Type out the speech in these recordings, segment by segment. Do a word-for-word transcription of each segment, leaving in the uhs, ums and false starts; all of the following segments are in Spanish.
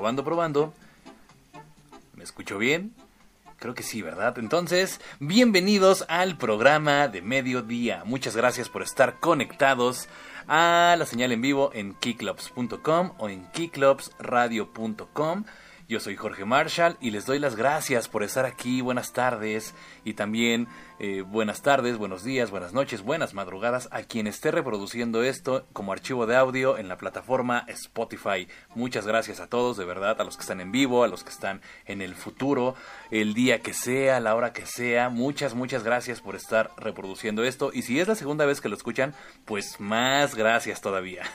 probando, probando. ¿Me escucho bien? Creo que sí, ¿verdad? Entonces, bienvenidos al programa de mediodía. Muchas gracias por estar conectados a la señal en vivo en kicklobs punto com o en kicklobs radio punto com. Yo soy Jorge Marshall y les doy las gracias por estar aquí. Buenas tardes y también eh, buenas tardes, buenos días, buenas noches, buenas madrugadas a quien esté reproduciendo esto como archivo de audio en la plataforma Spotify. Muchas gracias a todos, de verdad, a los que están en vivo, a los que están en el futuro, el día que sea, la hora que sea. Muchas, muchas gracias por estar reproduciendo esto. Y si es la segunda vez que lo escuchan, pues más gracias todavía.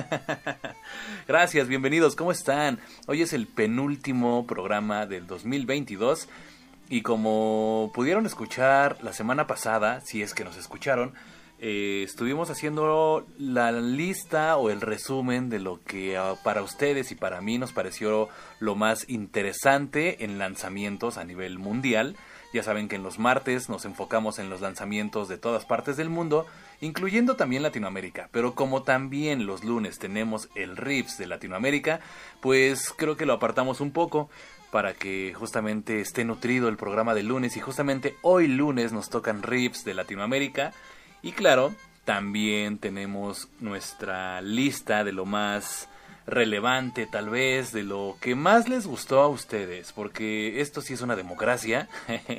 Gracias, bienvenidos, ¿cómo están? Hoy es el penúltimo programa del dos mil veintidós y como pudieron escuchar la semana pasada, si es que nos escucharon, eh, estuvimos haciendo la lista o el resumen de lo que uh, para ustedes y para mí nos pareció lo más interesante en lanzamientos a nivel mundial. Ya saben que en los martes nos enfocamos en los lanzamientos de todas partes del mundo, incluyendo también Latinoamérica. Pero como también los lunes tenemos el Riffs de Latinoamérica, pues creo que lo apartamos un poco para que justamente esté nutrido el programa del lunes. Y justamente hoy lunes nos tocan Riffs de Latinoamérica. Y claro, también tenemos nuestra lista de lo más relevante, tal vez, de lo que más les gustó a ustedes, porque esto sí es una democracia,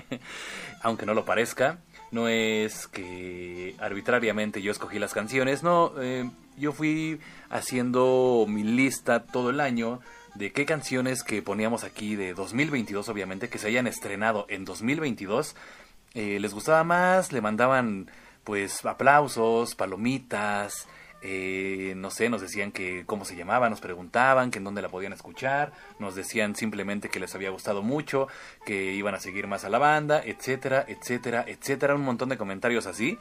aunque no lo parezca. No es que arbitrariamente yo escogí las canciones, no, eh, yo fui haciendo mi lista todo el año de qué canciones que poníamos aquí de dos mil veintidós, obviamente, que se hayan estrenado en dos mil veintidós, eh, les gustaba más, le mandaban pues aplausos, palomitas. Eh, no sé, nos decían que cómo se llamaba, nos preguntaban que en dónde la podían escuchar, nos decían simplemente que les había gustado mucho, que iban a seguir más a la banda, etcétera, etcétera, etcétera, un montón de comentarios así,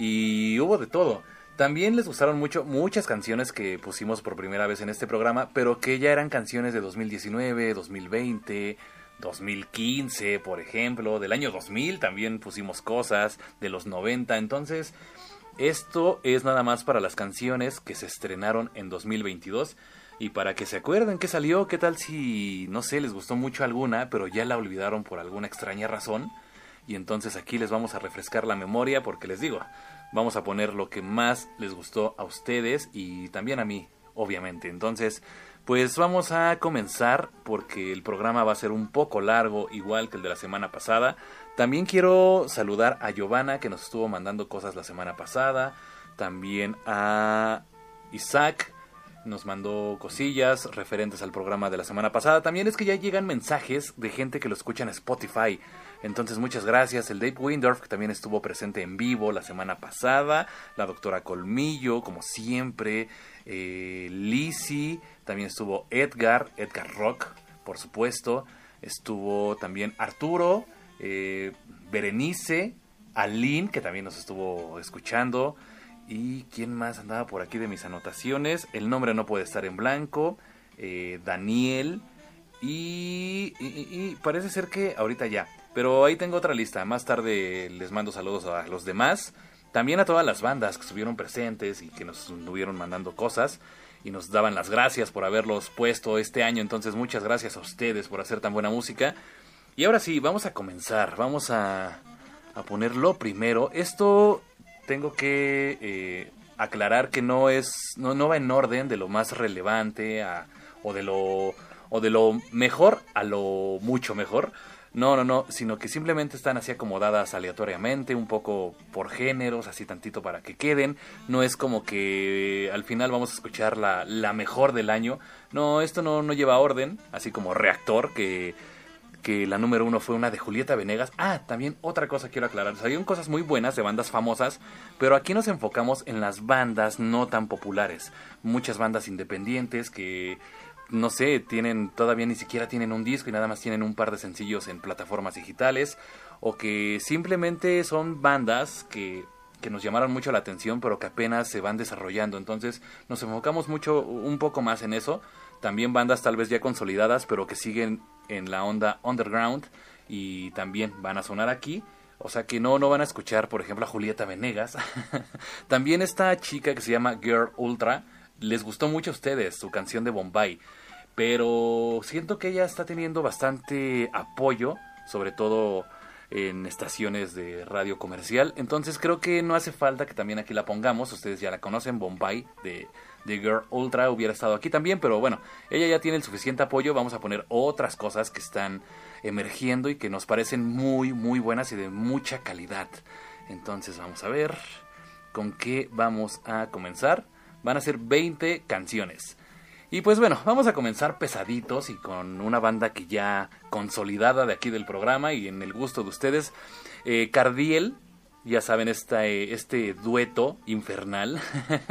y hubo de todo. También les gustaron mucho muchas canciones que pusimos por primera vez en este programa, pero que ya eran canciones de dos mil diecinueve, dos mil veinte, dos mil quince, por ejemplo, del año dos mil también pusimos cosas, de los noventa, entonces esto es nada más para las canciones que se estrenaron en dos mil veintidós y para que se acuerden qué salió, qué tal si, no sé, les gustó mucho alguna, pero ya la olvidaron por alguna extraña razón. Y entonces aquí les vamos a refrescar la memoria porque les digo, vamos a poner lo que más les gustó a ustedes y también a mí, obviamente. Entonces, pues vamos a comenzar porque el programa va a ser un poco largo, igual que el de la semana pasada. También quiero saludar a Giovanna, que nos estuvo mandando cosas la semana pasada. También a Isaac, nos mandó cosillas referentes al programa de la semana pasada. También es que ya llegan mensajes de gente que lo escucha en Spotify. Entonces muchas gracias. El Dave Windorf, que también estuvo presente en vivo la semana pasada. La doctora Colmillo, como siempre. Eh, Lizzie, también estuvo Edgar, Edgar Rock, por supuesto. Estuvo también Arturo. Eh, Berenice, Aline, que también nos estuvo escuchando, y quién más andaba por aquí de mis anotaciones, el nombre no puede estar en blanco, eh, Daniel, y, y, y parece ser que ahorita ya, pero ahí tengo otra lista, más tarde les mando saludos a los demás, también a todas las bandas que estuvieron presentes y que nos estuvieron mandando cosas y nos daban las gracias por haberlos puesto este año. Entonces muchas gracias a ustedes por hacer tan buena música. Y ahora sí, vamos a comenzar, vamos a, a ponerlo primero. Esto tengo que eh, aclarar que no es no, no va en orden de lo más relevante a, o, de lo, o de lo mejor a lo mucho mejor. No, no, no, sino que simplemente están así acomodadas aleatoriamente, un poco por géneros, así tantito para que queden. No es como que al final vamos a escuchar la, la mejor del año. No, esto no, no lleva orden, así como Reactor, que... que la número uno fue una de Julieta Venegas. Ah, también otra cosa quiero aclarar. Salieron cosas muy buenas de bandas famosas, pero aquí nos enfocamos en las bandas no tan populares. Muchas bandas independientes que, no sé, tienen todavía ni siquiera tienen un disco y nada más tienen un par de sencillos en plataformas digitales. O que simplemente son bandas que, que nos llamaron mucho la atención, pero que apenas se van desarrollando. Entonces nos enfocamos mucho, un poco más en eso. También bandas tal vez ya consolidadas, pero que siguen en la onda underground y también van a sonar aquí. O sea que no, no van a escuchar, por ejemplo, a Julieta Venegas. También esta chica que se llama Girl Ultra, les gustó mucho a ustedes su canción de Bombay. pero siento que ella está teniendo bastante apoyo, sobre todo en estaciones de radio comercial. Entonces creo que no hace falta que también aquí la pongamos. Ustedes ya la conocen, Bombay de, de Girl Ultra hubiera estado aquí también, pero bueno, ella ya tiene el suficiente apoyo. Vamos a poner otras cosas que están emergiendo y que nos parecen muy muy buenas y de mucha calidad. Entonces vamos a ver con qué vamos a comenzar. Van a ser veinte canciones. Y pues bueno, vamos a comenzar pesaditos y con una banda que ya consolidada de aquí del programa y en el gusto de ustedes. Eh, Cardiel, ya saben, esta, eh, este dueto infernal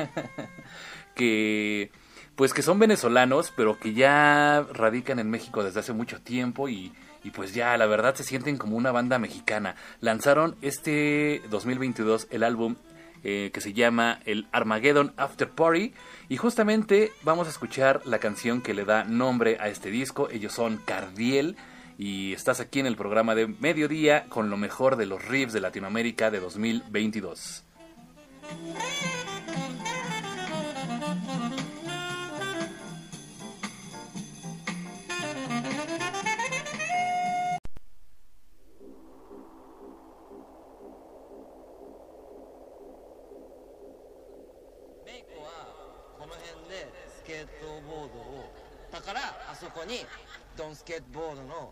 que pues que son venezolanos, pero que ya radican en México desde hace mucho tiempo y, y pues ya la verdad se sienten como una banda mexicana. Lanzaron este dos mil veintidós el álbum Eh, que se llama el Armageddon After Party, y justamente vamos a escuchar la canción que le da nombre a este disco. Ellos son Cardiel y estás aquí en el programa de Mediodía con lo mejor de los riffs de Latinoamérica de dos mil veintidós. Don't skateboard no.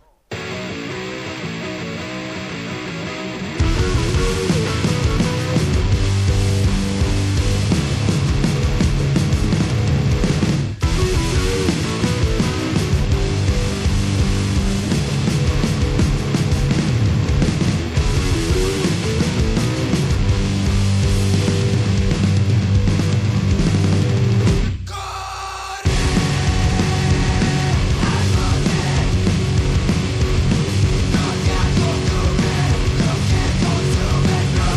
No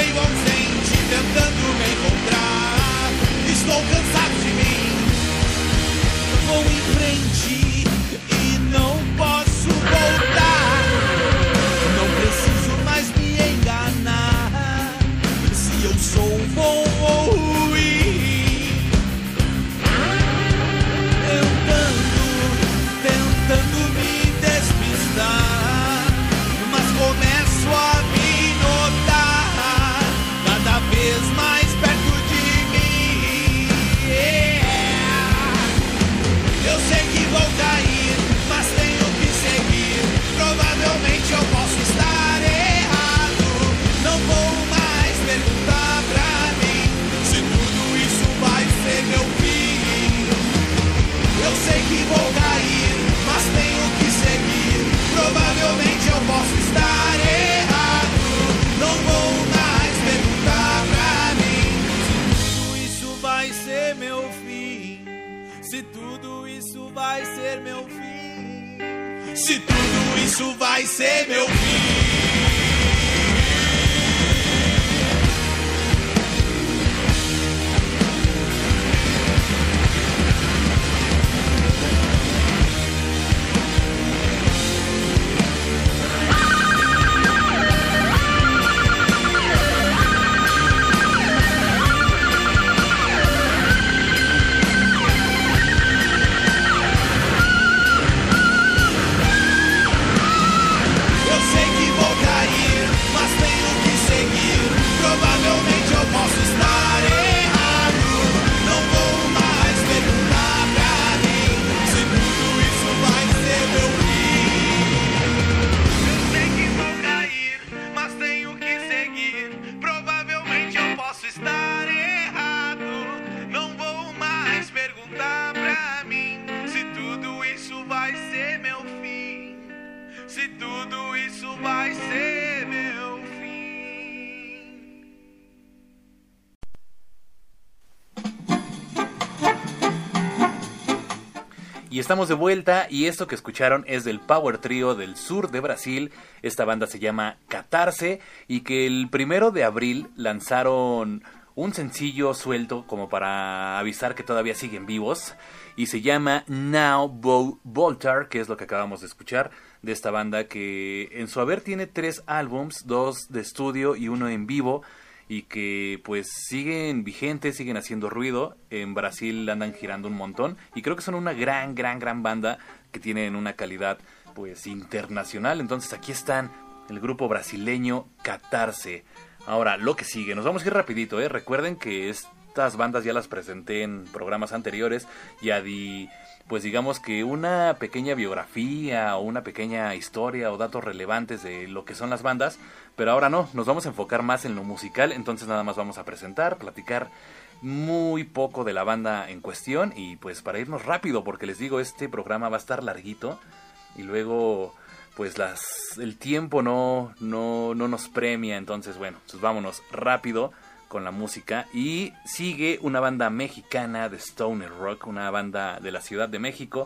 vivo ausente, tentando me encontrar. Estou cansado de mim. Vou em frente e não posso voltar. Não preciso mais me enganar se eu sou bom ou ruim. Tentando, tentando me despistar, mas começo a me notar cada vez mais perto de mim. Yeah. Eu sei que vou cair, mas tenho que seguir. Provavelmente eu posso estar errado. Não vou mais perguntar pra mim se tudo isso vai ser meu fim. Eu sei que vou cair, mas tenho que seguir. Provavelmente eu posso estar errado. Não vou mais perguntar pra mim se tudo isso vai ser meu fim. Se tudo isso vai ser meu fim. Se tudo isso vai ser meu fim. Y estamos de vuelta, y esto que escucharon es del Power Trio del sur de Brasil. Esta banda se llama Catarse, y que el primero de abril lanzaron un sencillo suelto como para avisar que todavía siguen vivos, y se llama Now Bo Voltar, que es lo que acabamos de escuchar de esta banda, que en su haber tiene tres álbums, dos de estudio y uno en vivo, y que pues siguen vigentes, siguen haciendo ruido. En Brasil andan girando un montón, y creo que son una gran, gran, gran banda que tienen una calidad pues internacional. Entonces aquí están, el grupo brasileño Catarse. Ahora, lo que sigue, nos vamos a ir rapidito, ¿eh? Recuerden que estas bandas ya las presenté en programas anteriores, ya di, pues digamos que una pequeña biografía o una pequeña historia o datos relevantes de lo que son las bandas, pero ahora no, nos vamos a enfocar más en lo musical. Entonces nada más vamos a presentar, platicar muy poco de la banda en cuestión, y pues para irnos rápido, porque les digo, este programa va a estar larguito y luego pues las el tiempo no, no, no nos premia. Entonces bueno, pues vámonos rápido con la música. Y sigue una banda mexicana de stoner rock, una banda de la Ciudad de México,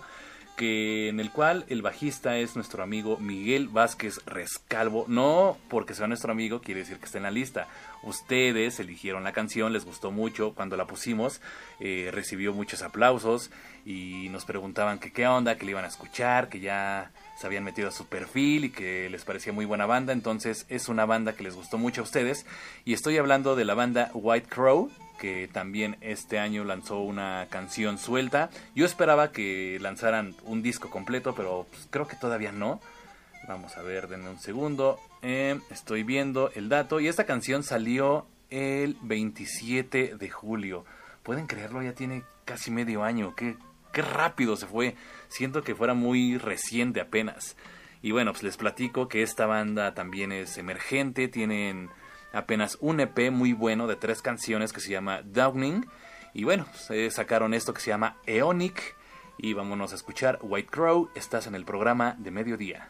que en el cual el bajista es nuestro amigo Miguel Vázquez Rescalvo. No porque sea nuestro amigo quiere decir que está en la lista. Ustedes eligieron la canción, les gustó mucho cuando la pusimos, eh, recibió muchos aplausos y nos preguntaban que qué onda, que le iban a escuchar, que ya se habían metido a su perfil y que les parecía muy buena banda. Entonces es una banda que les gustó mucho a ustedes, y estoy hablando de la banda White Crow, que también este año lanzó una canción suelta. Yo esperaba que lanzaran un disco completo, pero pues, creo que todavía no. Vamos a ver, denme un segundo. Eh, estoy viendo el dato, y esta canción salió el veintisiete de julio. ¿Pueden creerlo? Ya tiene casi medio año. Qué, qué rápido se fue. Siento que fuera muy reciente apenas. Y bueno, pues les platico que esta banda también es emergente. Tienen apenas un E P muy bueno de tres canciones que se llama Downing. Y bueno, pues, sacaron esto que se llama Eonic. Y vámonos a escuchar White Crow. Estás en el programa de mediodía.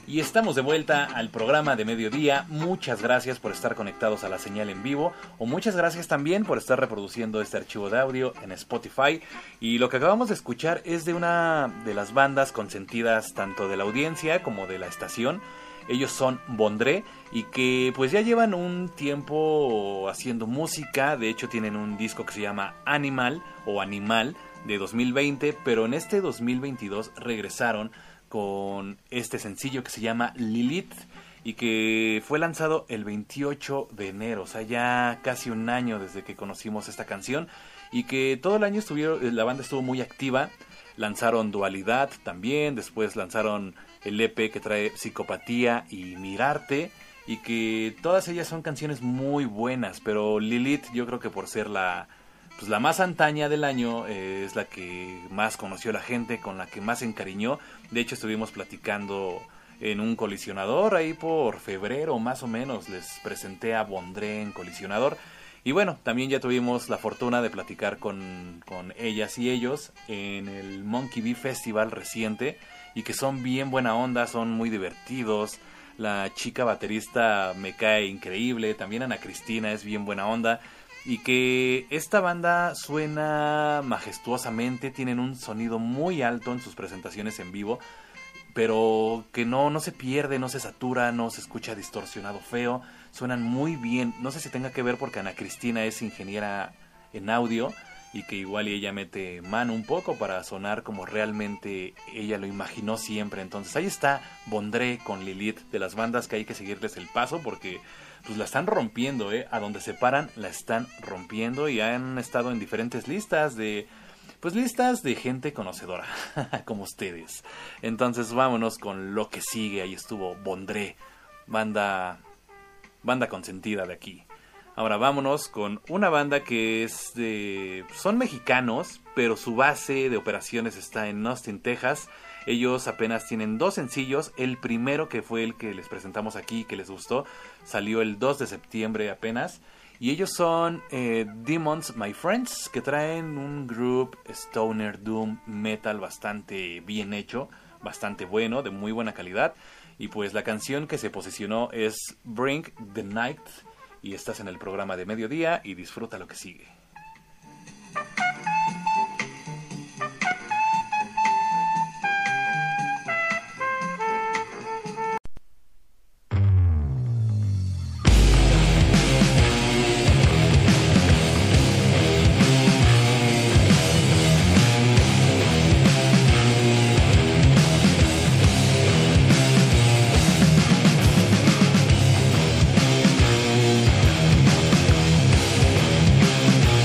Y estamos de vuelta al programa de mediodía. Muchas gracias por estar conectados a la señal en vivo, o muchas gracias también por estar reproduciendo este archivo de audio en Spotify. Y lo que acabamos de escuchar es de una de las bandas consentidas tanto de la audiencia como de la estación. Ellos son Bondré, y que pues ya llevan un tiempo haciendo música. De hecho tienen un disco que se llama Animal o Animal de dos mil veinte, pero en este dos mil veintidós regresaron con este sencillo que se llama Lilith, y que fue lanzado el veintiocho de enero, o sea, ya casi un año desde que conocimos esta canción, y que todo el año estuvieron, la banda estuvo muy activa. Lanzaron Dualidad también, después lanzaron el E P que trae Psicopatía y Mirarte, y que todas ellas son canciones muy buenas, pero Lilith, yo creo que por ser la pues la más antaña del año, eh, es la que más conoció la gente, con la que más se encariñó. De hecho estuvimos platicando en un colisionador ahí por febrero más o menos, les presenté a Bondré en colisionador. Y bueno, también ya tuvimos la fortuna de platicar con, con ellas y ellos en el Monkey Bee Festival reciente, y que son bien buena onda, son muy divertidos. La chica baterista me cae increíble, también Ana Cristina es bien buena onda. Y que esta banda suena majestuosamente, tienen un sonido muy alto en sus presentaciones en vivo, pero que no, no se pierde, no se satura, no se escucha distorsionado feo, suenan muy bien. No sé si tenga que ver porque Ana Cristina es ingeniera en audio, y que igual ella mete mano un poco para sonar como realmente ella lo imaginó siempre. Entonces ahí está Bondré con Lilith, de las bandas que hay que seguirles el paso, porque pues la están rompiendo, ¿eh? A donde se paran la están rompiendo, y han estado en diferentes listas de, pues listas de gente conocedora, como ustedes. Entonces vámonos con lo que sigue. Ahí estuvo Bondré, banda, banda consentida de aquí. Ahora vámonos con una banda que es de, son mexicanos, pero su base de operaciones está en Austin, Texas. Ellos apenas tienen dos sencillos. El primero, que fue el que les presentamos aquí, que les gustó, salió el dos de septiembre apenas. Y ellos son eh, Demons My Friends, que traen un group stoner doom metal bastante bien hecho, bastante bueno, de muy buena calidad. Y pues la canción que se posicionó es Bring the Night. Y estás en el programa de mediodía y disfruta lo que sigue. We'll be right back.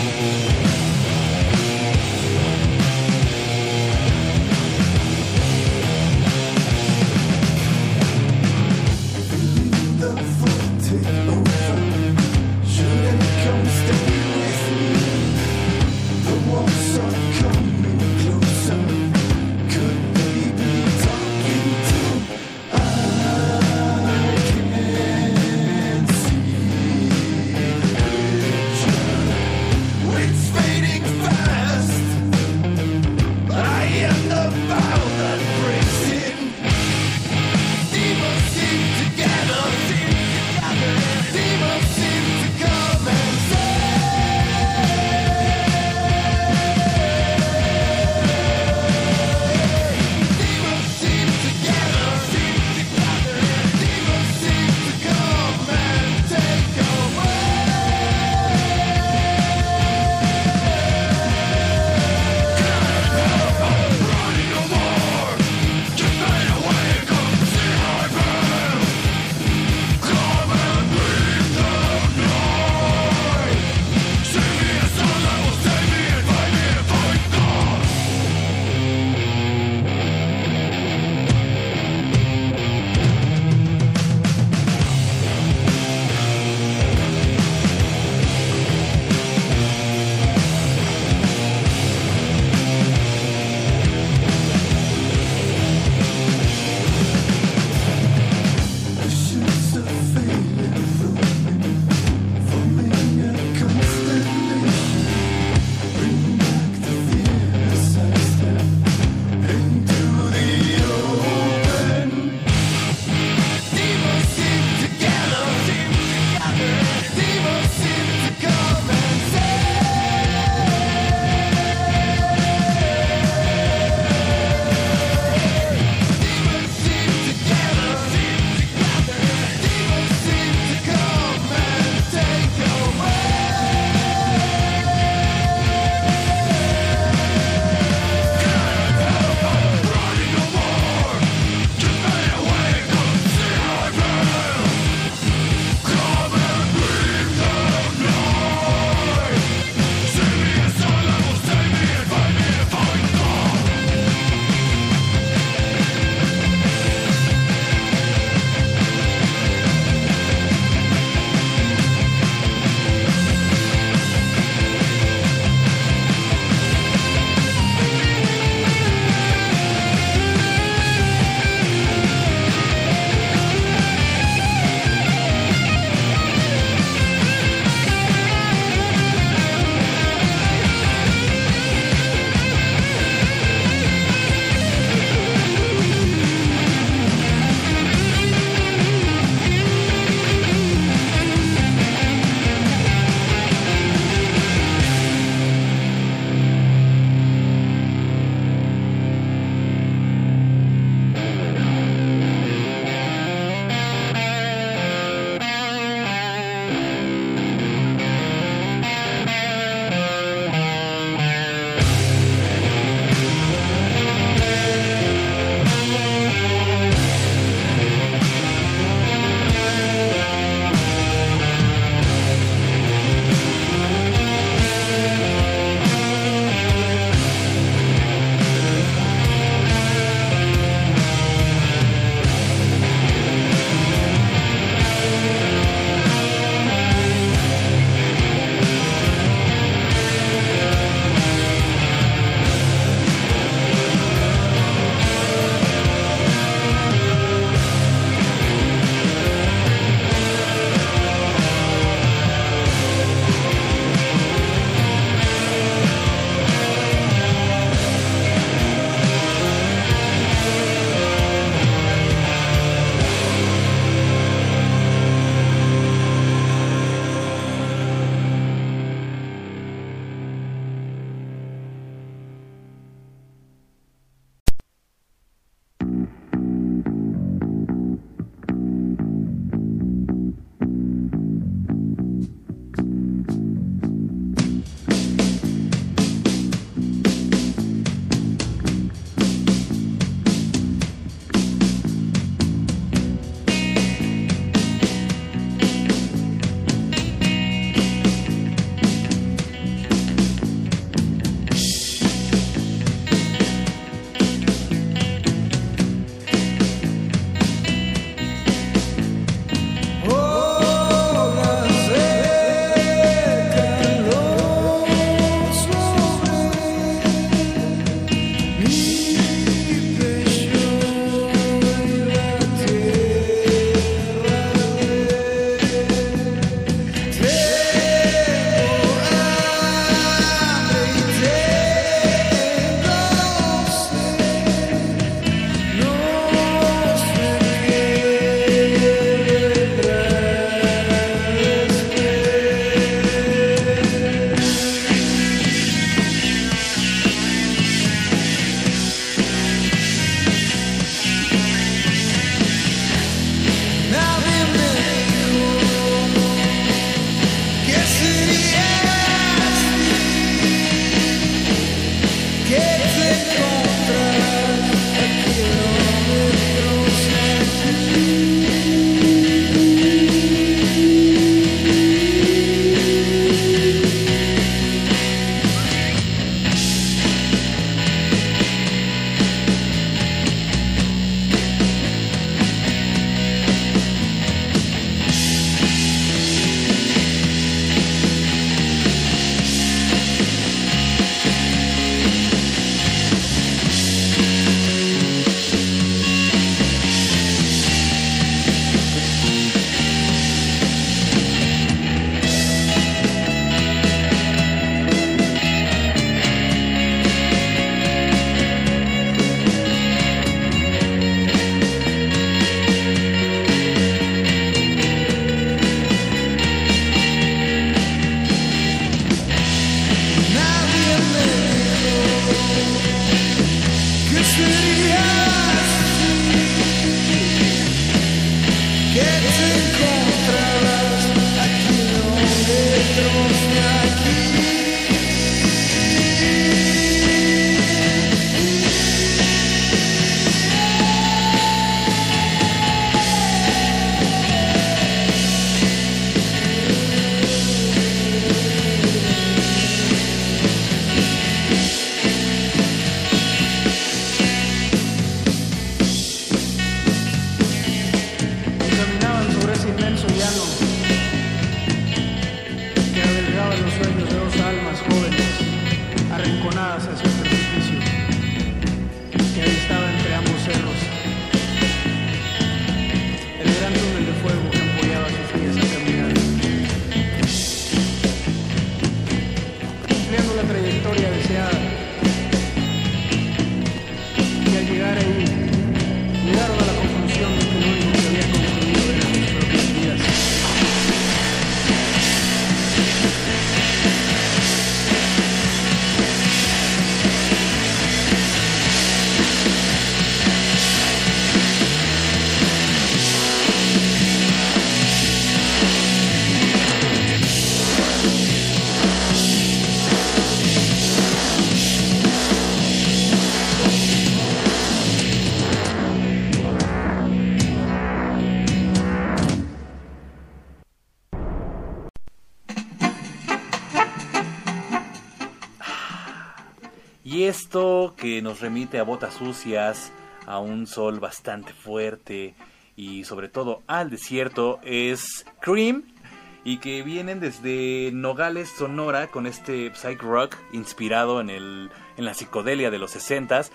Y esto que nos remite a botas sucias, a un sol bastante fuerte y sobre todo al desierto es Cream, y que vienen desde Nogales, Sonora, con este psych rock inspirado en, el, en la psicodelia de los sesentas.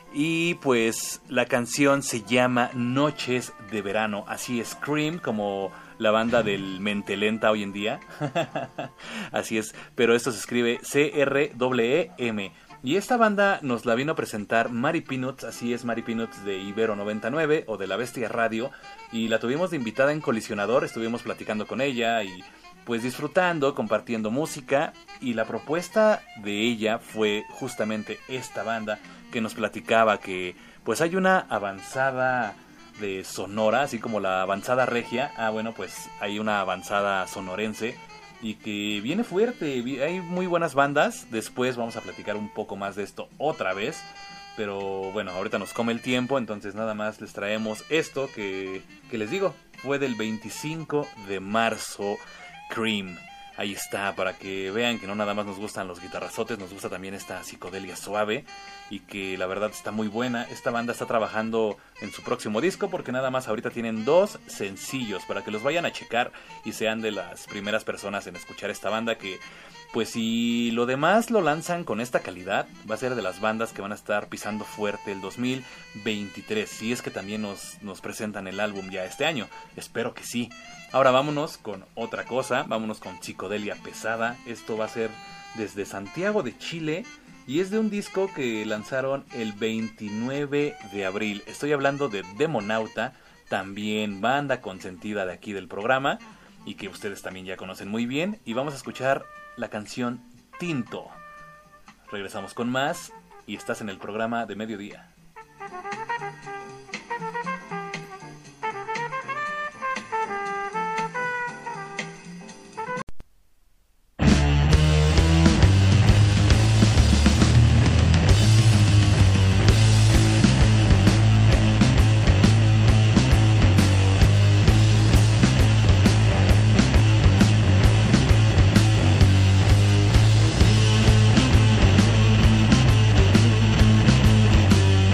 Y pues la canción se llama Noches de Verano, así es, Cream, como la banda del Mente Lenta hoy en día. Así es, pero esto se escribe C R E E M. Y esta banda nos la vino a presentar Mari Peanuts, así es, Mari Peanuts de Ibero noventa y nueve o de La Bestia Radio, y la tuvimos de invitada en Colisionador, estuvimos platicando con ella y pues disfrutando, compartiendo música, y la propuesta de ella fue justamente esta banda que nos platicaba que pues hay una avanzada de Sonora, así como la avanzada regia, ah bueno, pues hay una avanzada sonorense, y que viene fuerte, hay muy buenas bandas. Después vamos a platicar un poco más de esto otra vez, pero bueno, ahorita nos come el tiempo, entonces nada más les traemos esto que, que les digo, fue del veinticinco de marzo, Cream. Ahí está, para que vean que no nada más nos gustan los guitarrazotes, nos gusta también esta psicodelia suave, y que la verdad está muy buena. Esta banda está trabajando en su próximo disco, porque nada más ahorita tienen dos sencillos, para que los vayan a checar y sean de las primeras personas en escuchar esta banda, que pues si lo demás lo lanzan con esta calidad, va a ser de las bandas que van a estar pisando fuerte el dos mil veintitrés, si es que también nos, nos presentan el álbum ya este año, espero que sí. Ahora vámonos con otra cosa, vámonos con psicodelia pesada. Esto va a ser desde Santiago de Chile y es de un disco que lanzaron el veintinueve de abril. Estoy hablando de Demonauta, también banda consentida de aquí del programa y que ustedes también ya conocen muy bien. Y vamos a escuchar la canción Tinto. Regresamos con más y estás en el programa de mediodía. Thank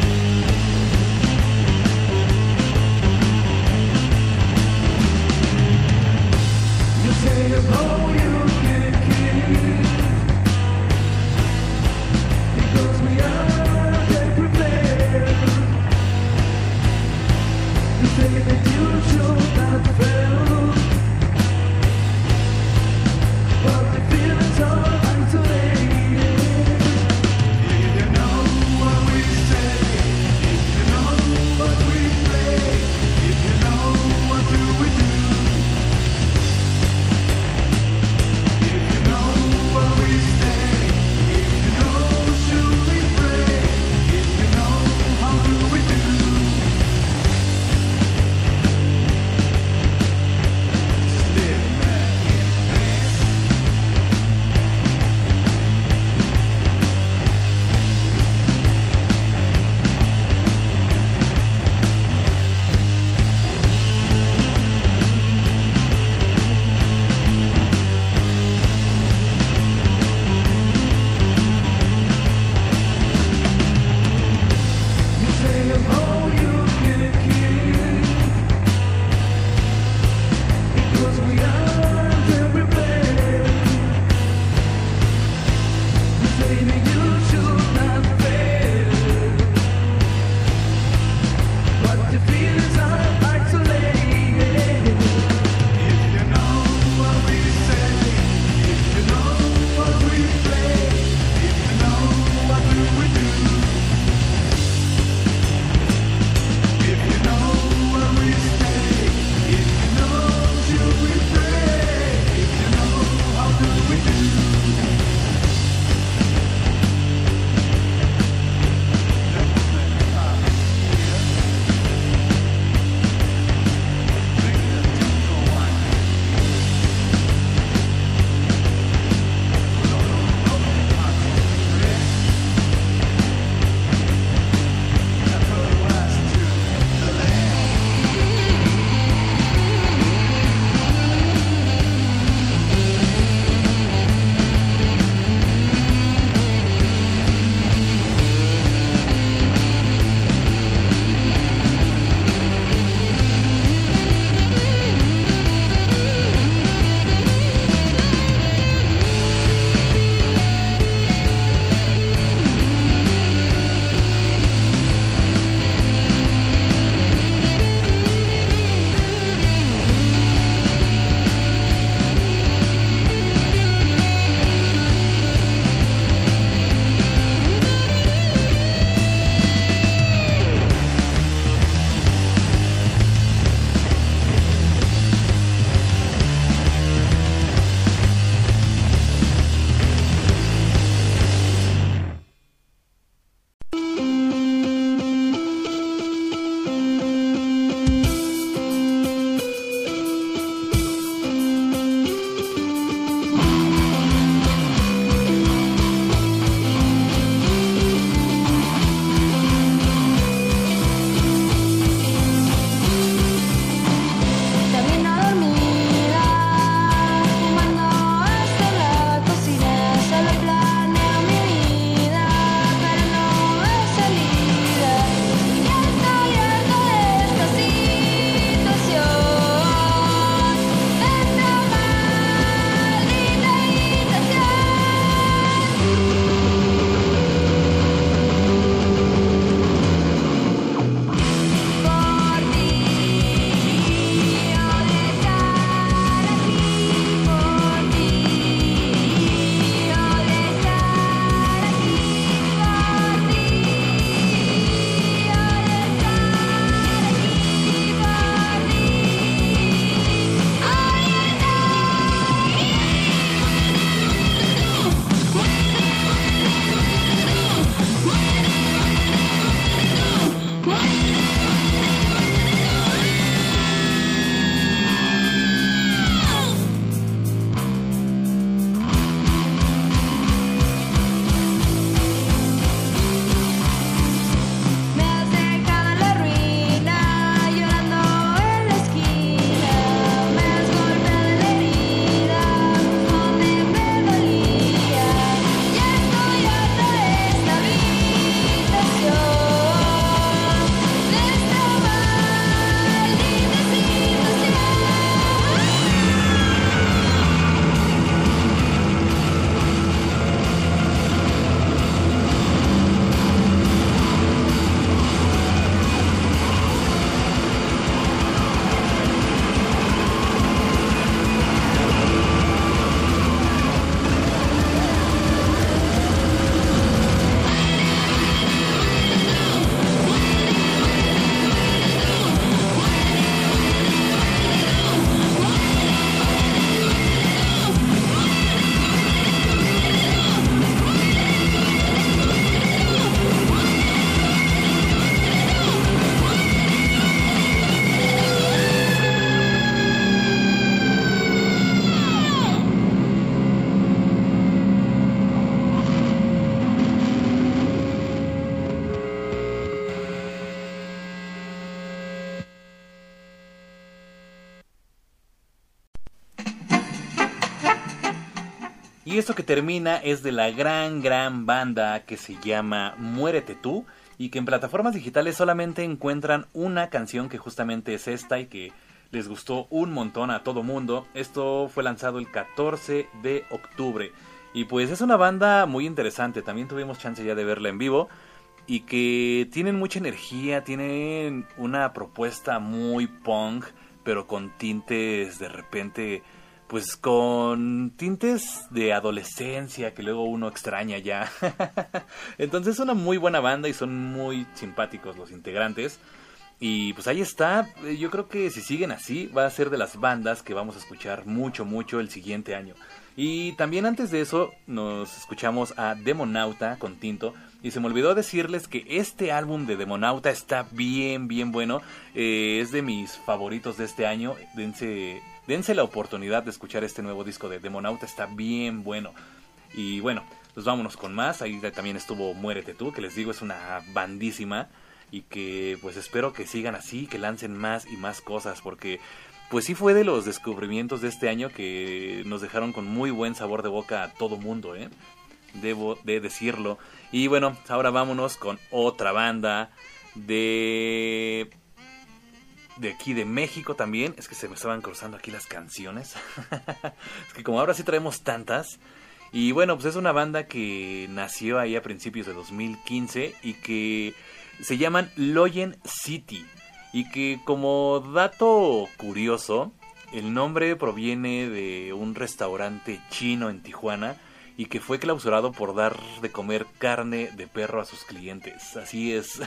Y esto que termina es de la gran, gran banda que se llama Muérete Tú, y que en plataformas digitales solamente encuentran una canción que justamente es esta y que les gustó un montón a todo mundo. Esto fue lanzado el catorce de octubre. Y pues es una banda muy interesante. También tuvimos chance ya de verla en vivo. Y que tienen mucha energía. Tienen una propuesta muy punk. Pero con tintes de repente... Pues con tintes de adolescencia que luego uno extraña ya. Entonces es una muy buena banda y son muy simpáticos los integrantes. Y pues ahí está, yo creo que si siguen así va a ser de las bandas que vamos a escuchar mucho mucho el siguiente año. Y también antes de eso nos escuchamos a Demonauta con Tinto. Y se me olvidó decirles que este álbum de Demonauta está bien bien bueno. eh, Es de mis favoritos de este año. Dense, dense la oportunidad de escuchar este nuevo disco de Demonauta, está bien bueno. Y bueno, pues vámonos con más. Ahí también estuvo Muérete Tú, que les digo es una bandísima. Y que pues espero que sigan así, que lancen más y más cosas, porque pues sí fue de los descubrimientos de este año que nos dejaron con muy buen sabor de boca a todo mundo, ¿eh? Debo de decirlo. Y bueno, ahora vámonos con otra banda de... de aquí de México también. Es que se me estaban cruzando aquí las canciones. Es que como ahora sí traemos tantas. Y bueno, pues es una banda que nació ahí a principios de dos mil quince y que... se llaman Loyen City, y que como dato curioso, el nombre proviene de un restaurante chino en Tijuana y que fue clausurado por dar de comer carne de perro a sus clientes. Así es.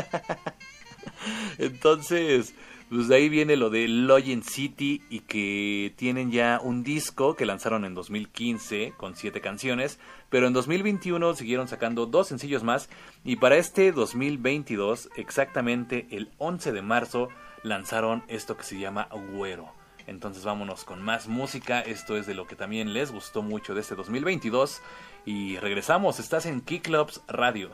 Entonces, pues de ahí viene lo de Loyen City, y que tienen ya un disco que lanzaron en dos mil quince con siete canciones, pero en dos mil veintiuno siguieron sacando dos sencillos más, y para este dos mil veintidós, exactamente el once de marzo, lanzaron esto que se llama Güero. Entonces vámonos con más música. Esto es de lo que también les gustó mucho de este dos mil veintidós, y regresamos. Estás en Key Clubs Radio.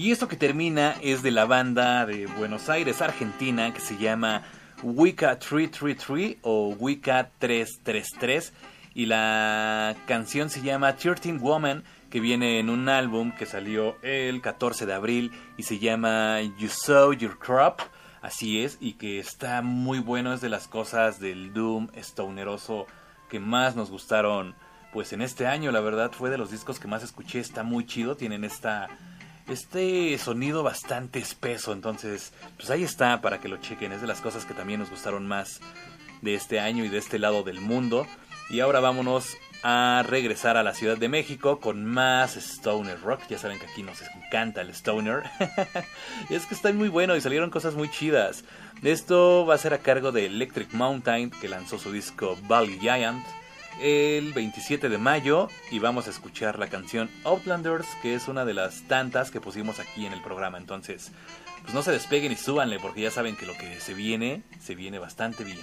Y esto que termina es de la banda de Buenos Aires, Argentina, que se llama Wicca trescientos treinta y tres o Wicca trescientos treinta y tres. Y la canción se llama thirteen Woman, que viene en un álbum que salió el catorce de abril y se llama You Sow Your Crop. Así es, y que está muy bueno, es de las cosas del doom stoneroso que más nos gustaron pues en este año. La verdad fue de los discos que más escuché, está muy chido, tienen esta este sonido bastante espeso, entonces pues ahí está para que lo chequen, es de las cosas que también nos gustaron más de este año y de este lado del mundo. Y ahora vámonos a regresar a la Ciudad de México con más stoner rock. Ya saben que aquí nos encanta el stoner. Y es que está muy bueno y salieron cosas muy chidas. Esto va a ser a cargo de Electric Mountain, que lanzó su disco Valley Giant el veintisiete de mayo. Y vamos a escuchar la canción Outlanders, que es una de las tantas que pusimos aquí en el programa. Entonces, pues no se despeguen y súbanle, porque ya saben que lo que se viene, se viene bastante bien.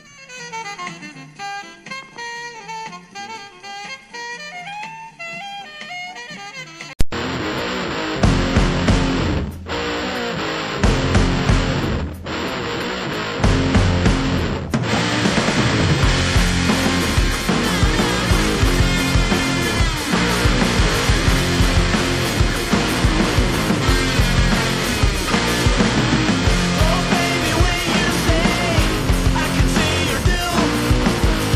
Oh baby, when you say I can see your doom,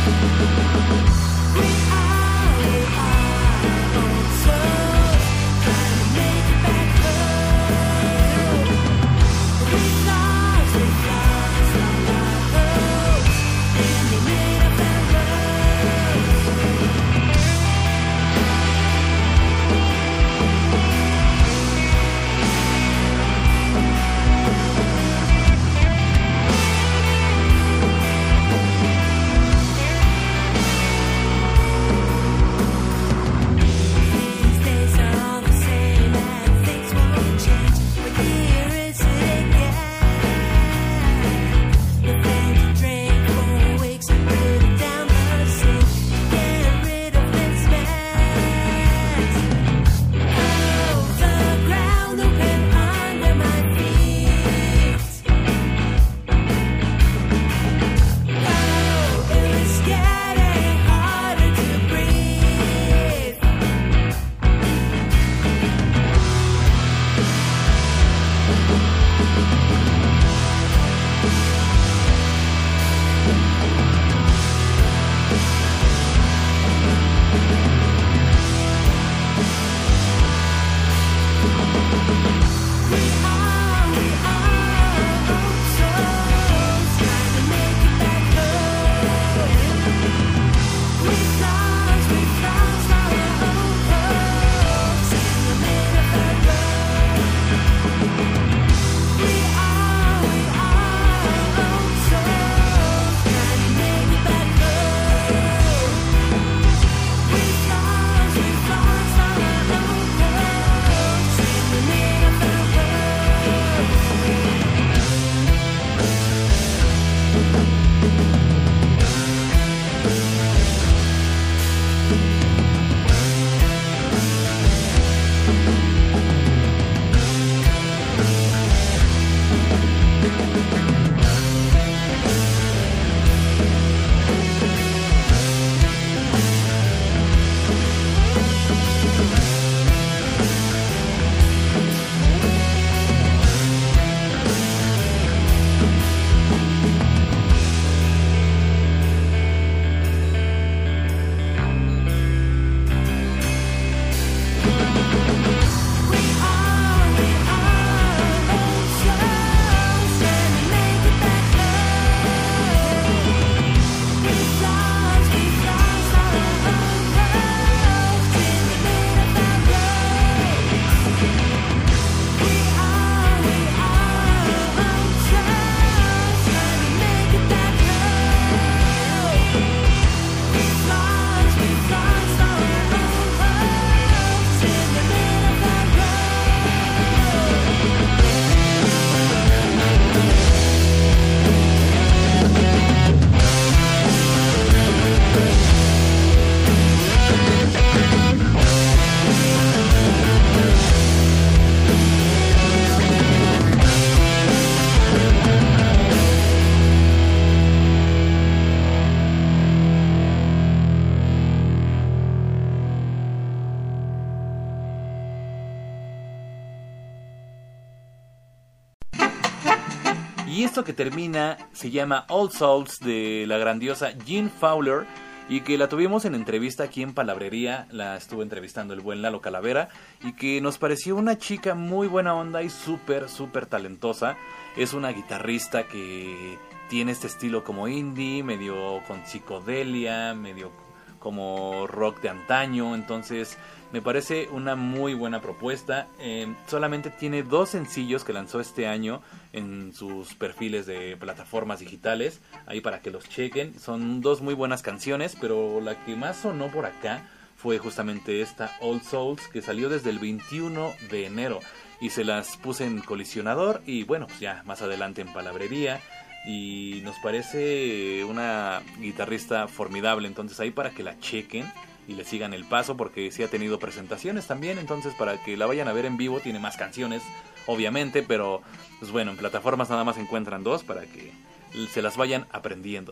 Y esto que termina se llama All Souls, de la grandiosa Jean Fowler, y que la tuvimos en entrevista aquí en Palabrería. La estuvo entrevistando el buen Lalo Calavera, y que nos pareció una chica muy buena onda y súper, súper talentosa. Es una guitarrista que tiene este estilo como indie, medio con psicodelia, medio como rock de antaño. Entonces me parece una muy buena propuesta. Eh, solamente tiene dos sencillos que lanzó este año en sus perfiles de plataformas digitales, ahí para que los chequen. Son dos muy buenas canciones, pero la que más sonó por acá fue justamente esta All Souls, que salió desde el veintiuno de enero, y se las puse en Colisionador y bueno, pues ya más adelante en Palabrería. Y nos parece una guitarrista formidable, entonces ahí para que la chequen y le sigan el paso, porque sí ha tenido presentaciones también. Entonces para que la vayan a ver en vivo, tiene más canciones obviamente, pero pues bueno, en plataformas nada más encuentran dos para que se las vayan aprendiendo.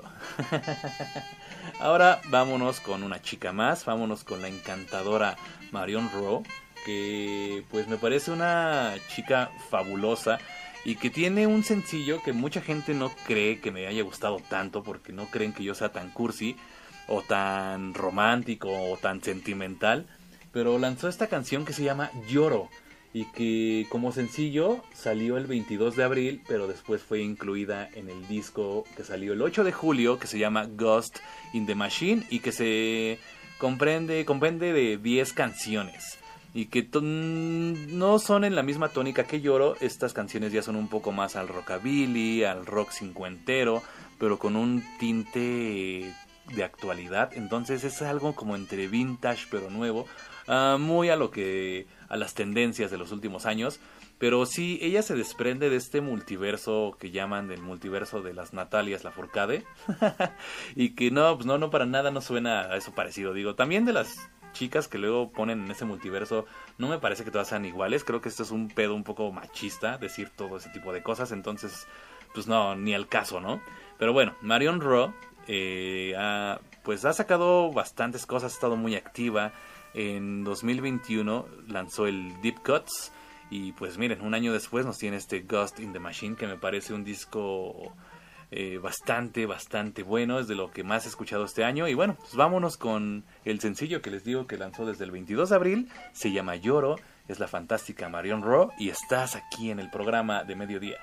Ahora vámonos con una chica más, vámonos con la encantadora Marion Rowe, que pues me parece una chica fabulosa y que tiene un sencillo que mucha gente no cree que me haya gustado tanto, porque no creen que yo sea tan cursi. o tan romántico o tan sentimental, pero lanzó esta canción que se llama Lloro y que como sencillo salió el veintidós de abril, pero después fue incluida en el disco que salió el ocho de julio, que se llama Ghost in the Machine y que se comprende comprende de diez canciones. Y que t- no son en la misma tónica que Lloro. Estas canciones ya son un poco más al rockabilly, al rock cincuentero, pero con un tinte de actualidad. Entonces es algo como entre vintage pero nuevo, uh, muy a lo que a las tendencias de los últimos años. Pero sí, ella se desprende de este multiverso que llaman el multiverso de las Natalias Lafourcade. Y que no, pues no, no para nada no suena a eso parecido. Digo, también de las chicas que luego ponen en ese multiverso, no me parece que todas sean iguales. Creo que esto es un pedo un poco machista, decir todo ese tipo de cosas. Entonces, pues no, ni al caso, ¿no? Pero bueno, Marion Ro eh, ha, pues ha sacado bastantes cosas, ha estado muy activa. En dos mil veintiuno lanzó el Deep Cuts. Y pues miren, un año después nos tiene este Ghost in the Machine, que me parece un disco eh, bastante, bastante bueno. Es de lo que más he escuchado este año. Y bueno, pues vámonos con el sencillo que les digo que lanzó desde el veintidós de abril. Se llama Lloro, es la fantástica Marion Ro y estás aquí en el programa de Mediodía.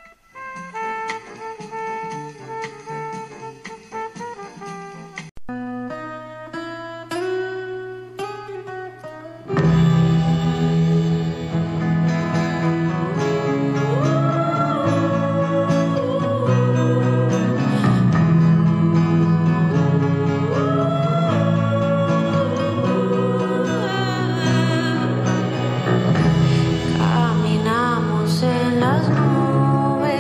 Caminamos en las nubes.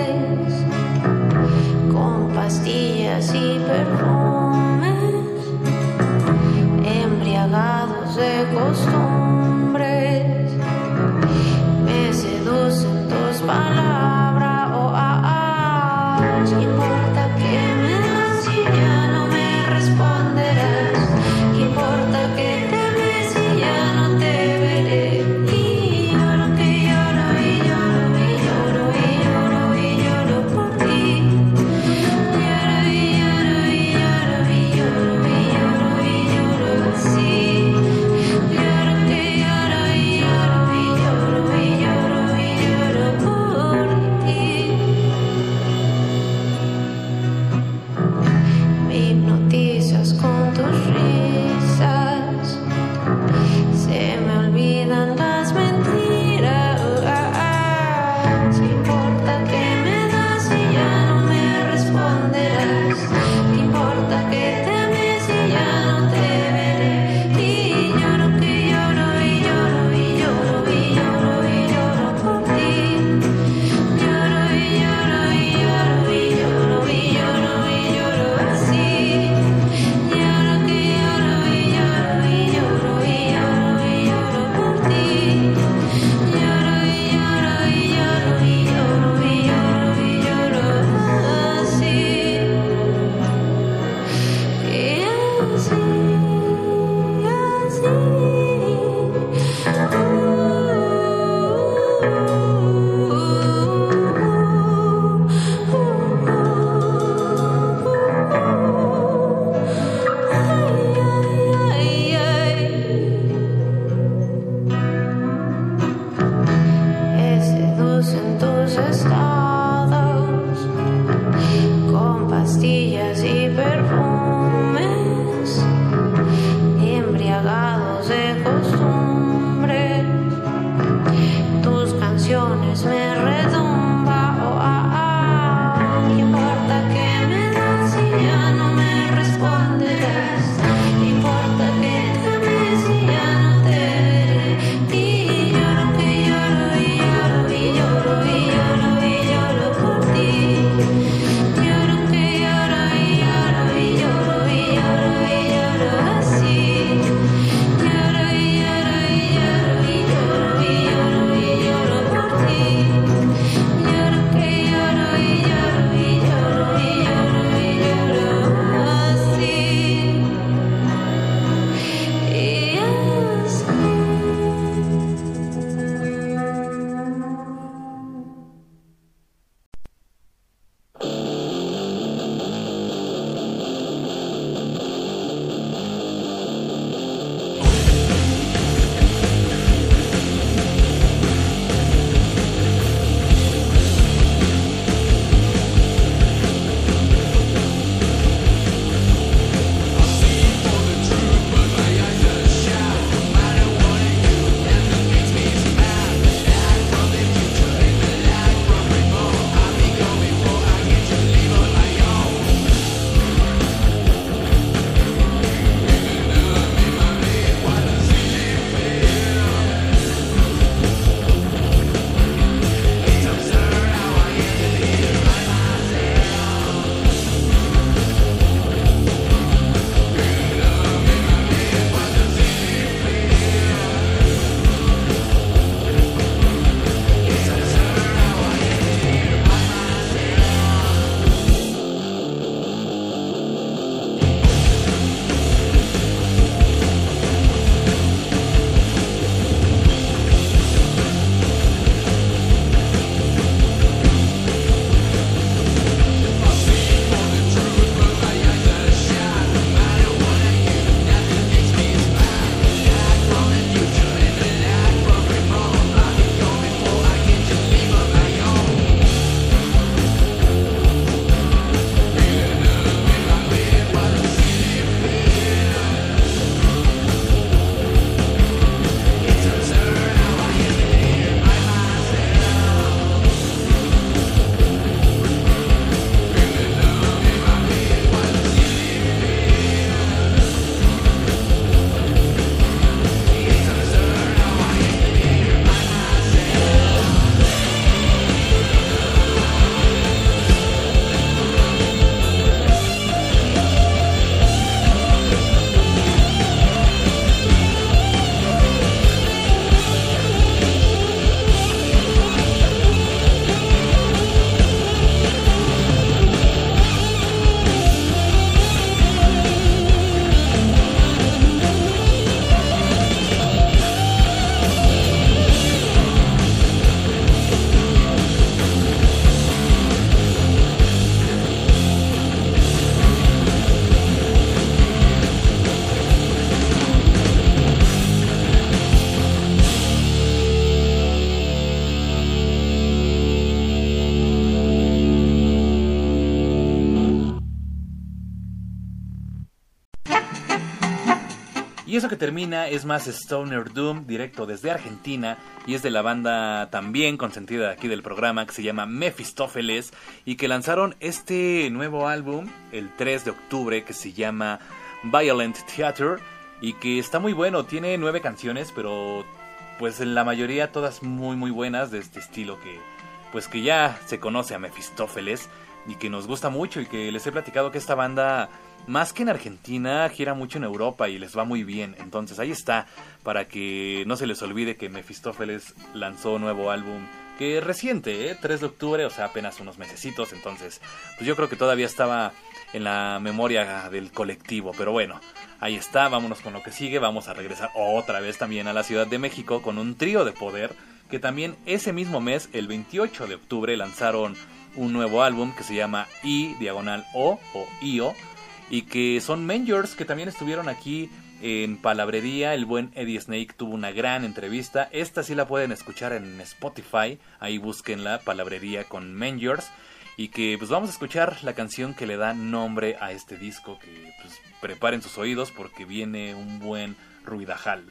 Y eso que termina es más Stoner Doom, directo desde Argentina, y es de la banda también consentida aquí del programa, que se llama Mefistófeles, y que lanzaron este nuevo álbum el tres de octubre, que se llama Violent Theater, y que está muy bueno. Tiene nueve canciones, pero pues en la mayoría todas muy muy buenas, de este estilo que pues que ya se conoce a Mefistófeles y que nos gusta mucho, y que les he platicado que esta banda, más que en Argentina, gira mucho en Europa y les va muy bien. Entonces ahí está, para que no se les olvide que Mefistófeles lanzó un nuevo álbum, que es reciente, ¿eh? tres de octubre, o sea, apenas unos mesecitos. Entonces, pues yo creo que todavía estaba en la memoria del colectivo. Pero bueno, ahí está, vámonos con lo que sigue. Vamos a regresar otra vez también a la Ciudad de México con un trío de poder, que también ese mismo mes, el veintiocho de octubre, lanzaron un nuevo álbum que se llama I, diagonal O, o I O, y que son Mangers, que también estuvieron aquí en Palabrería. El buen Eddie Snake tuvo una gran entrevista. Esta sí la pueden escuchar en Spotify, ahí búsquenla, Palabrería con Mangers. Y que pues vamos a escuchar la canción que le da nombre a este disco, que pues preparen sus oídos porque viene un buen ruidajal.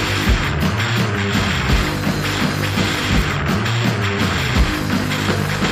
We'll be right back.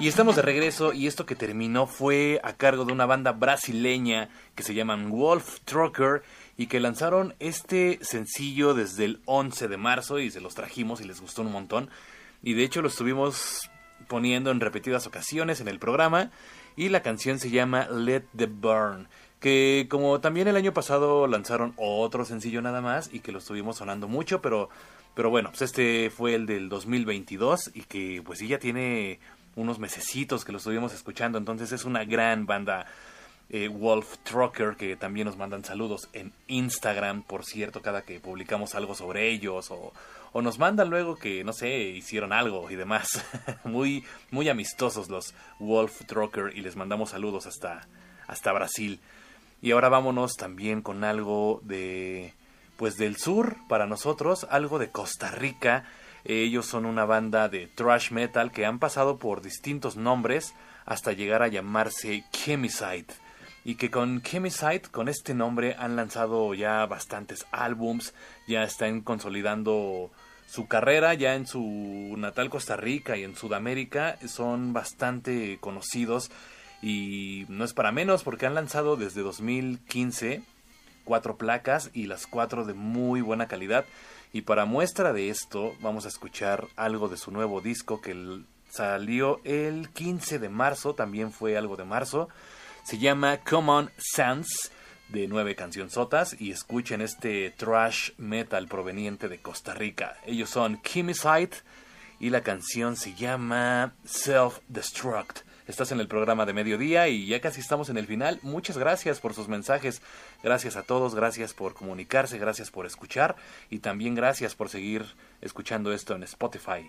Y estamos de regreso y esto que terminó fue a cargo de una banda brasileña que se llaman Wolf Trucker y que lanzaron este sencillo desde el once de marzo y se los trajimos y les gustó un montón. Y de hecho lo estuvimos poniendo en repetidas ocasiones en el programa y la canción se llama Let the Burn, que como también el año pasado lanzaron otro sencillo nada más y que lo estuvimos sonando mucho, pero, pero bueno, pues este fue el del dos mil veintidós y que pues sí ya tiene unos mesecitos que lo estuvimos escuchando, entonces es una gran banda, eh, Wolf Trucker, que también nos mandan saludos en Instagram, por cierto, cada que publicamos algo sobre ellos, o, o nos mandan luego que, no sé, hicieron algo y demás. muy, muy amistosos los Wolf Trucker y les mandamos saludos hasta, hasta Brasil. Y ahora vámonos también con algo de, pues del sur para nosotros, algo de Costa Rica. Ellos son una banda de thrash metal que han pasado por distintos nombres hasta llegar a llamarse Chemicide. Y que con Chemicide, con este nombre, han lanzado ya bastantes álbums, ya están consolidando su carrera ya en su natal Costa Rica y en Sudamérica. Son bastante conocidos y no es para menos porque han lanzado desde dos mil quince cuatro placas y las cuatro de muy buena calidad. Y para muestra de esto vamos a escuchar algo de su nuevo disco que salió el quince de marzo, también fue algo de marzo. Se llama Common Sense, de nueve cancionzotas, y escuchen este thrash metal proveniente de Costa Rica. Ellos son Chemicide y la canción se llama Self Destruct. Estás en el programa de mediodía y ya casi estamos en el final. Muchas gracias por sus mensajes. Gracias a todos, gracias por comunicarse, gracias por escuchar y también gracias por seguir escuchando esto en Spotify.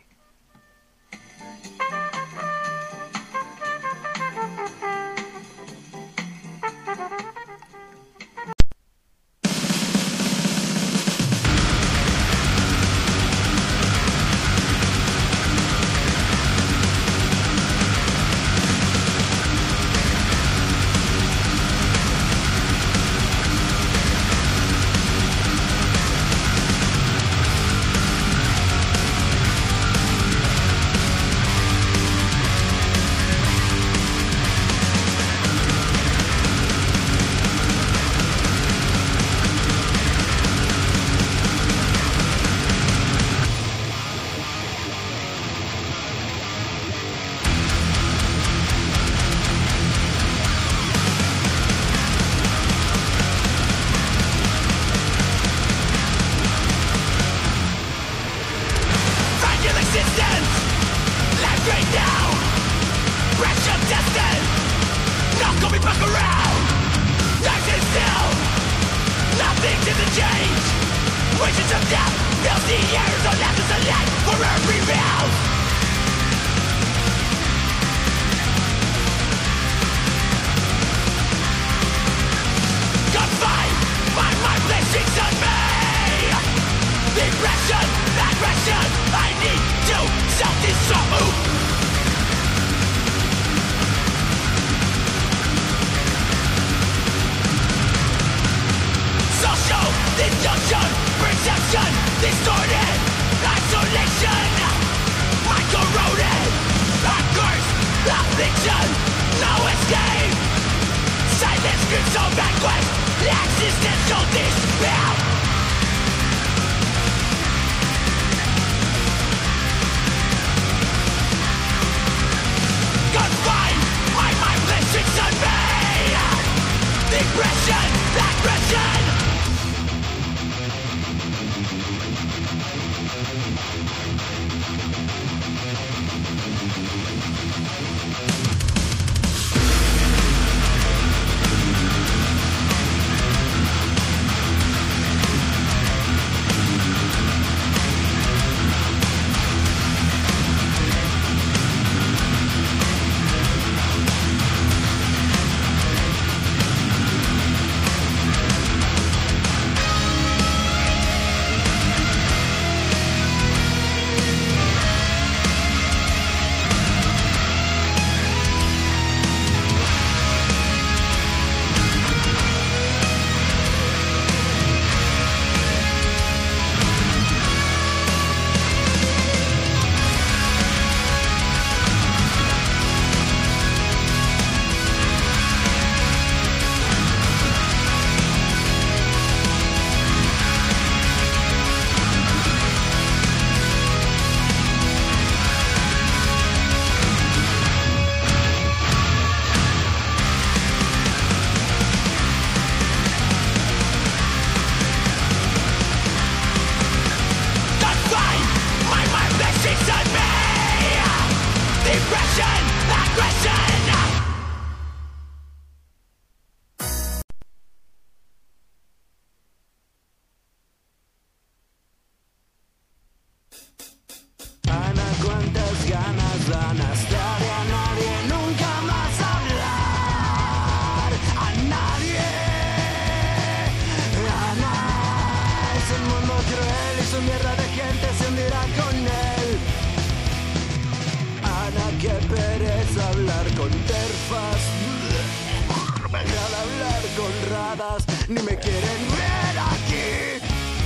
honradas ni me quieren ver aquí.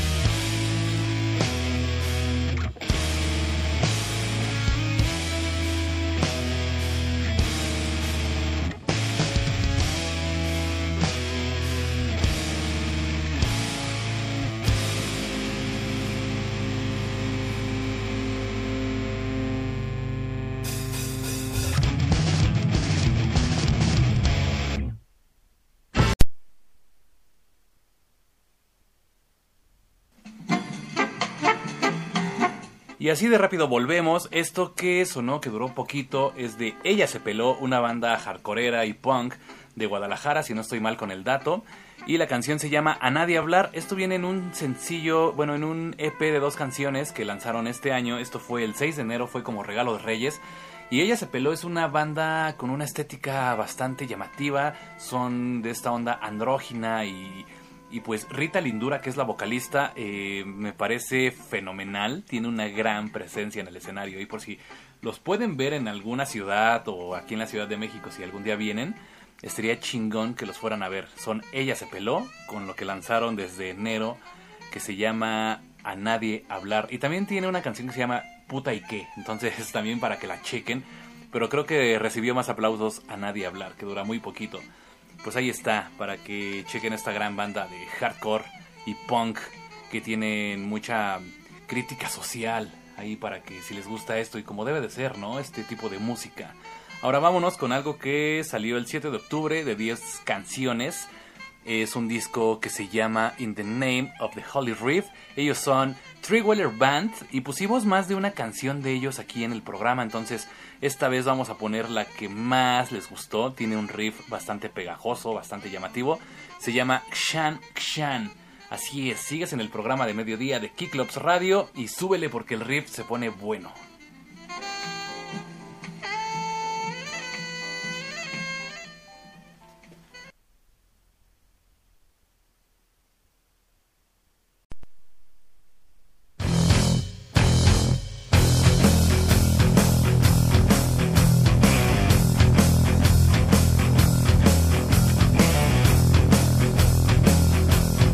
Y así de rápido volvemos. Esto que sonó, que duró un poquito, es de Ella se peló, una banda hardcoreera y punk de Guadalajara, si no estoy mal con el dato. Y la canción se llama A Nadie Hablar. Esto viene en un sencillo, bueno, en un E P de dos canciones que lanzaron este año. Esto fue el seis de enero, fue como regalo de Reyes. Y Ella se peló es una banda con una estética bastante llamativa. Son de esta onda andrógina y... Y pues Rita Lindura, que es la vocalista, eh, me parece fenomenal. Tiene una gran presencia en el escenario. Y por si los pueden ver en alguna ciudad o aquí en la Ciudad de México, si algún día vienen, estaría chingón que los fueran a ver. Son Ella se peló, con lo que lanzaron desde enero, que se llama A Nadie Hablar. Y también tiene una canción que se llama Puta y qué. Entonces también para que la chequen. Pero creo que recibió más aplausos A Nadie Hablar, que dura muy poquito. Pues ahí está, para que chequen esta gran banda de hardcore y punk que tienen mucha crítica social ahí para que si les gusta esto y como debe de ser, ¿no? Este tipo de música. Ahora vámonos con algo que salió el siete de octubre de diez canciones. Es un disco que se llama In the Name of the Holy Reef. Ellos son Three Wheeler Band y pusimos más de una canción de ellos aquí en el programa. Entonces esta vez vamos a poner la que más les gustó. Tiene un riff bastante pegajoso, bastante llamativo. Se llama Kshan Kshan. Así es, sigues en el programa de mediodía de Kiclops Radio y súbele porque el riff se pone bueno.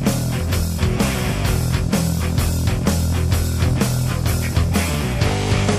Thank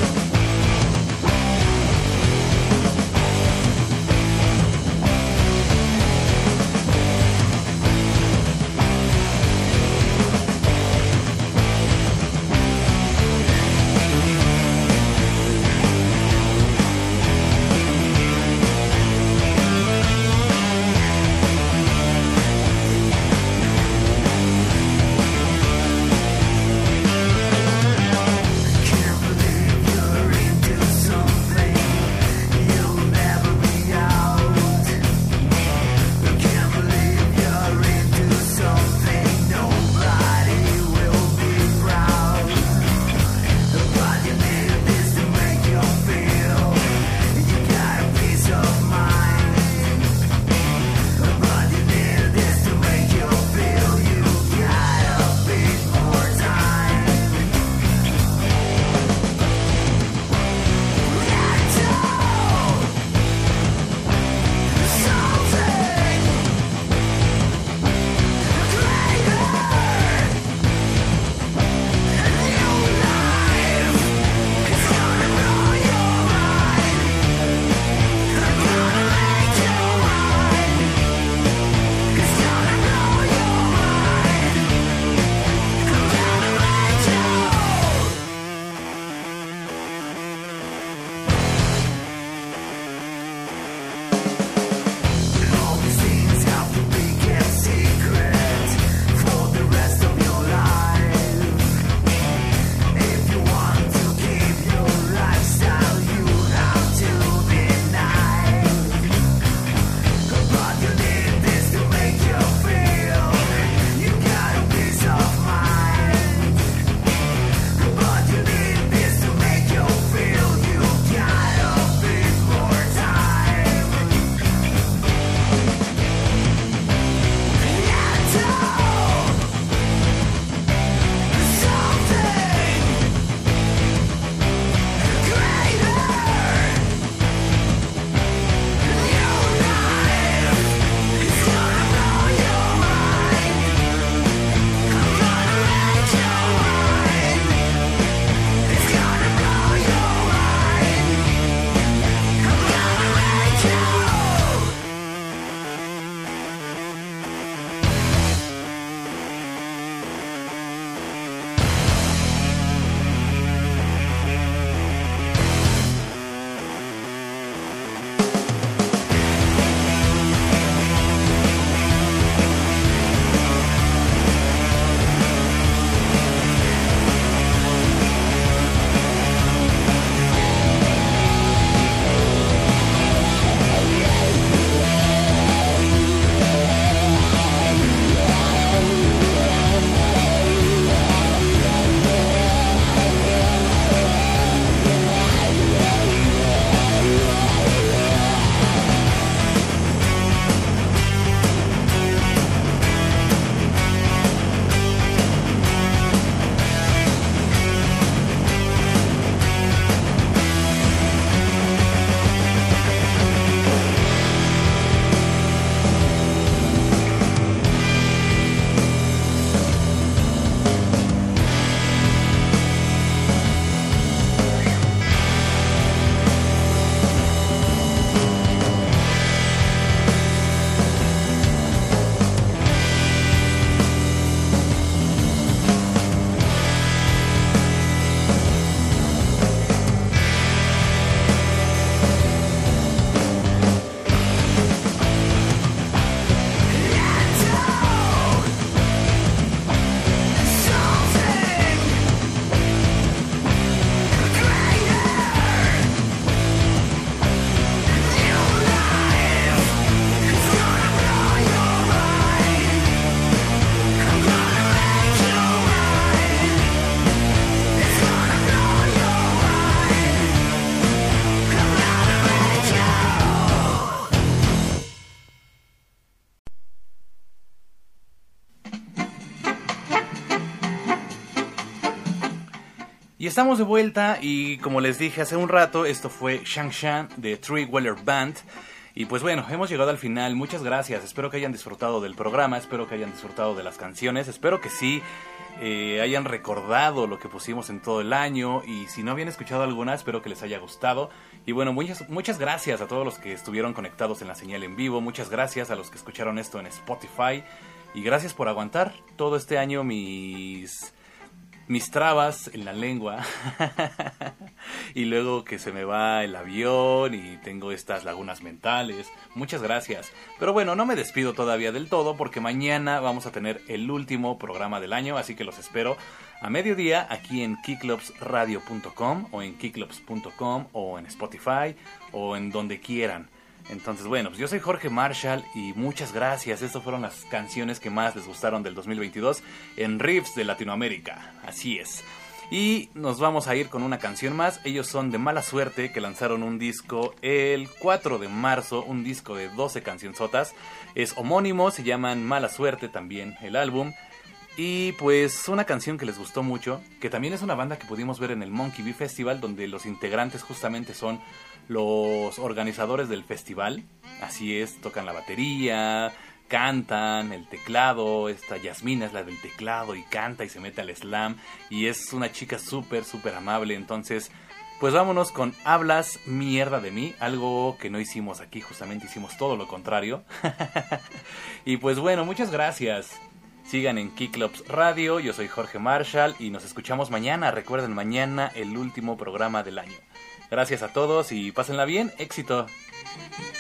Y estamos de vuelta y como les dije hace un rato, esto fue Shang Shan de Three Weller Band. Y pues bueno, hemos llegado al final, muchas gracias, espero que hayan disfrutado del programa, espero que hayan disfrutado de las canciones, espero que sí eh, hayan recordado lo que pusimos en todo el año y si no habían escuchado alguna, espero que les haya gustado. Y bueno, muchas, muchas gracias a todos los que estuvieron conectados en la señal en vivo, muchas gracias a los que escucharon esto en Spotify y gracias por aguantar todo este año mis... mis trabas en la lengua y luego que se me va el avión y tengo estas lagunas mentales. Muchas gracias. Pero bueno, no me despido todavía del todo porque mañana vamos a tener el último programa del año, así que los espero a mediodía aquí en kiklopsradio radio punto com o en kiklops punto com o en Spotify o en donde quieran. Entonces, bueno, pues yo soy Jorge Marshall y muchas gracias. Estas fueron las canciones que más les gustaron del dos mil veintidós en Riffs de Latinoamérica. Así es. Y nos vamos a ir con una canción más. Ellos son de Mala Suerte, que lanzaron un disco el cuatro de marzo, un disco de doce cancionzotas. Es homónimo, se llaman Mala Suerte también el álbum. Y pues una canción que les gustó mucho, que también es una banda que pudimos ver en el Monkey Bee Festival, donde los integrantes justamente son los organizadores del festival. Así es, tocan la batería, cantan, el teclado. Esta Yasmina es la del teclado y canta y se mete al slam. Y es una chica súper, súper amable. Entonces, pues vámonos con Hablas Mierda de Mí. Algo que no hicimos aquí, justamente hicimos todo lo contrario. Y pues bueno, muchas gracias. Sigan en Kiklops Radio, yo soy Jorge Marshall y nos escuchamos mañana. Recuerden, mañana el último programa del año. Gracias a todos y pásenla bien, éxito.